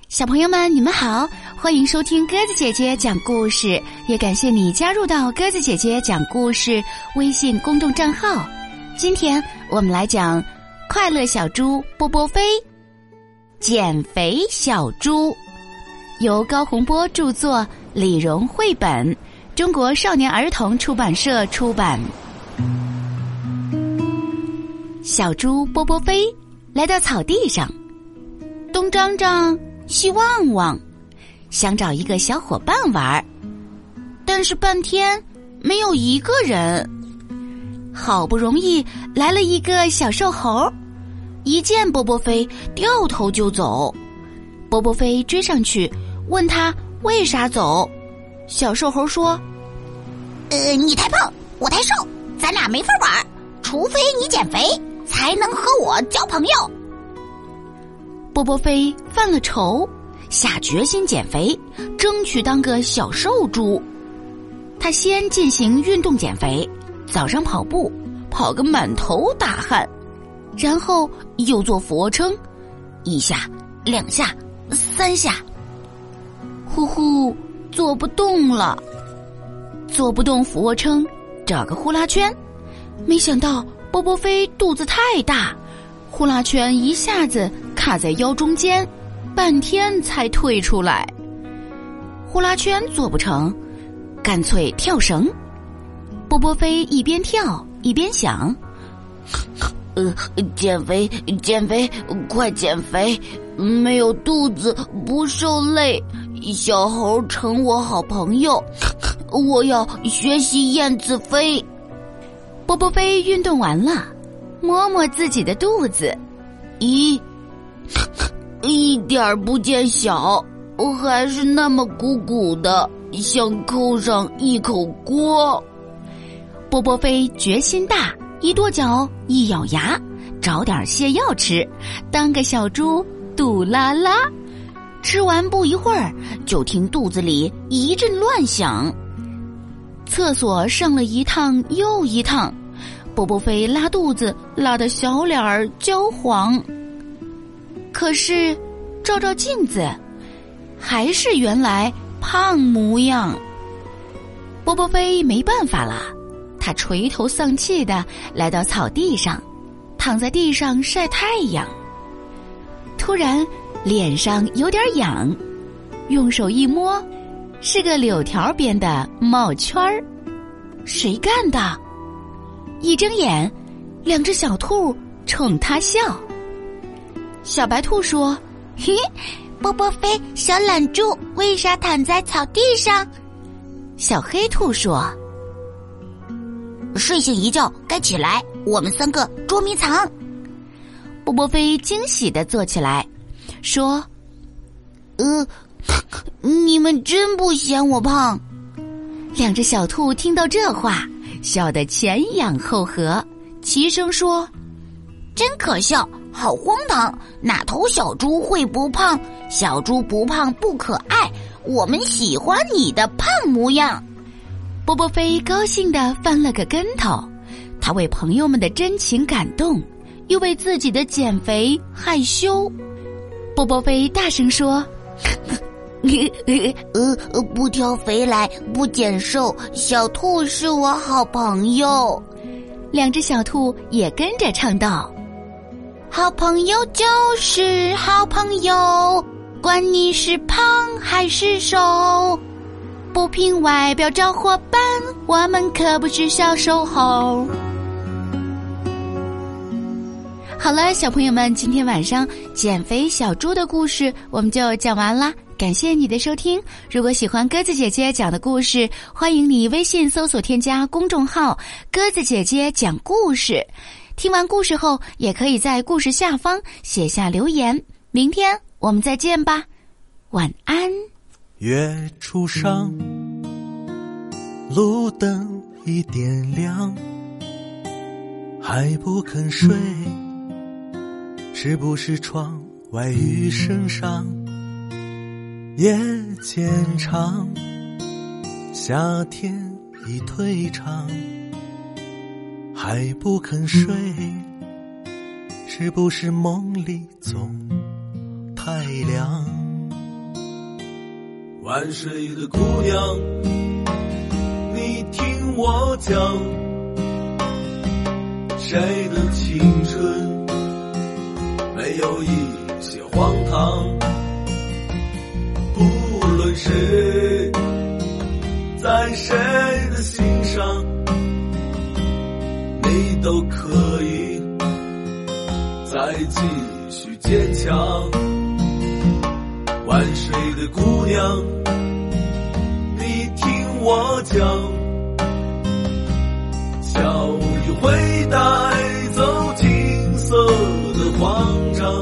小朋友们，你们好，欢迎收听鸽子姐姐讲故事，也感谢你加入到鸽子姐姐讲故事微信公众账号。今天我们来讲快乐小猪波波飞减肥小猪，由高洪波著作，李荣绘本，中国少年儿童出版社出版。小猪波波飞来到草地上，东张张西望望，想找一个小伙伴玩，但是半天没有一个人。好不容易来了一个小瘦猴，一见波波飞掉头就走。波波飞追上去问他为啥走。小瘦猴说， 你太胖，我太瘦，咱俩没法玩，除非你减肥才能和我交朋友。 波波飞犯了愁，下决心减肥，争取当个小瘦猪。他先进行运动减肥，早上跑步，跑个满头大汗，然后又做俯卧撑，一下两下三下，呼呼做不动了。做不动俯卧撑，找个呼啦圈，没想到波波飞肚子太大，呼啦圈一下子卡在腰中间，半天才退出来。呼啦圈做不成，干脆跳绳。波波飞一边跳一边想，减肥，快减肥，没有肚子不受累，小猴成我好朋友，我要学习燕子飞。波波飞运动完了，摸摸自己的肚子，咦，一点不见小，还是那么鼓鼓的，像扣上一口锅。波波飞决心大，一跺脚一咬牙，找点泻药吃，当个小猪杜拉拉。吃完不一会儿，就听肚子里一阵乱响。厕所上了一趟又一趟，波波飞拉肚子拉得小脸儿焦黄。可是照照镜子，还是原来胖模样。波波飞没办法了，他垂头丧气地来到草地上，躺在地上晒太阳。突然脸上有点痒，用手一摸，是个柳条编的帽圈儿。谁干的？一睁眼，两只小兔冲他笑。小白兔说， 嘿，波波飞，小懒猪，为啥躺在草地上？ 小黑兔说， 睡醒一觉该起来，我们三个捉迷藏。 波波飞惊喜地坐起来说，你们真不嫌我胖？两只小兔听到这话，笑得前仰后合，齐声说， 真可笑，好荒唐，哪头小猪会不胖？小猪不胖不可爱，我们喜欢你的胖模样。 波波飞高兴地翻了个跟头，他为朋友们的真情感动，又为自己的减肥害羞。波波飞大声说， 不挑肥来，不减瘦，小兔是我好朋友。 两只小兔也跟着唱道， 好朋友就是好朋友，管你是胖还是瘦，不凭外表找伙伴，我们可不是小瘦猴。 好了，小朋友们，今天晚上减肥小猪的故事我们就讲完啦，感谢你的收听。如果喜欢鸽子姐姐讲的故事，欢迎你微信搜索添加公众号鸽子姐姐讲故事。听完故事后，也可以在故事下方写下留言。明天我们再见吧，晚安。 月初上，路灯已点亮，还不肯睡，是不是窗外雨声上？夜渐长，夏天已退场，还不肯睡，是不是梦里总太凉？ 万水的姑娘，你听我讲，谁的青春没有一些荒唐？不论谁在谁的心上，你都可以再继续坚强。万水的姑娘，你听我讲，小雨会带走金色的慌张，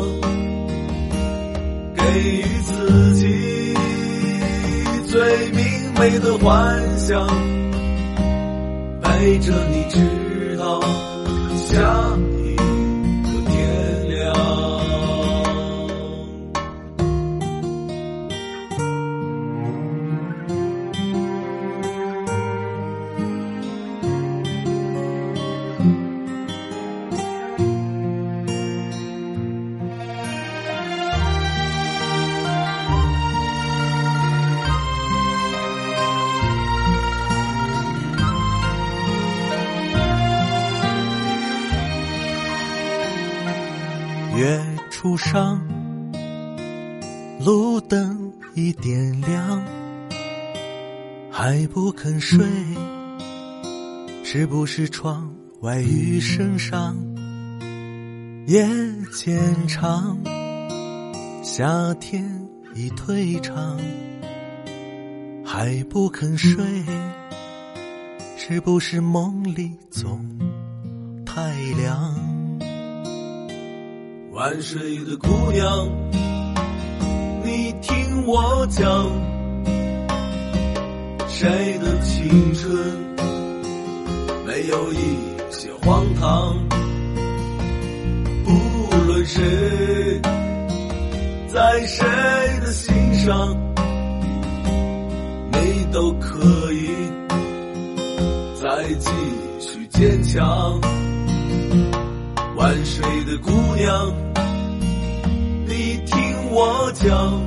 给予自己最明媚的幻想，陪着你直到下一个天亮。月初上，路灯已点亮，还不肯睡，是不是窗外雨声上？夜渐长，夏天已退场，还不肯睡，是不是梦里总太凉？万水的姑娘，你听我讲，谁的青春没有一些荒唐？不论谁在谁的心上，你都可以再继续坚强。万水的姑娘，你听我讲，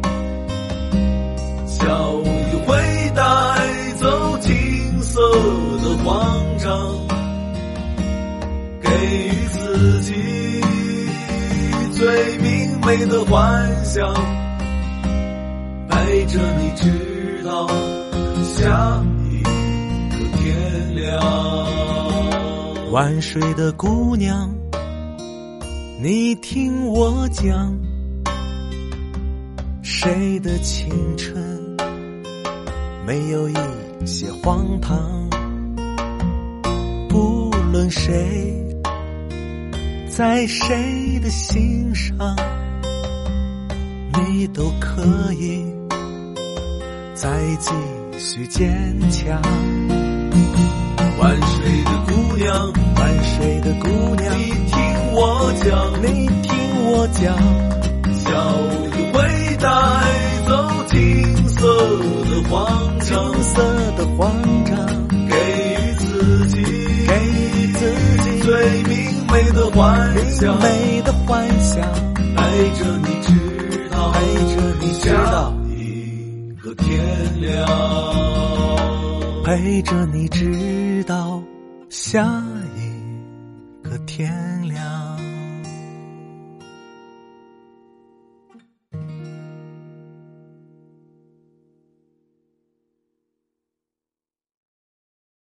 小雨会带走金色的慌张，给予自己最明媚的幻想，陪着你直到下一个天亮。万水的姑娘，你听我讲，谁的青春没有一些荒唐？不论谁在谁的心上，你都可以再继续坚强。万水的姑娘，万水的姑娘，你听我讲，你听我讲，小雨会带走金色的慌张，金色的慌张，给予自己最明媚的幻想，美的幻想，陪着你直到，陪着你直到一个天亮，陪着你直到下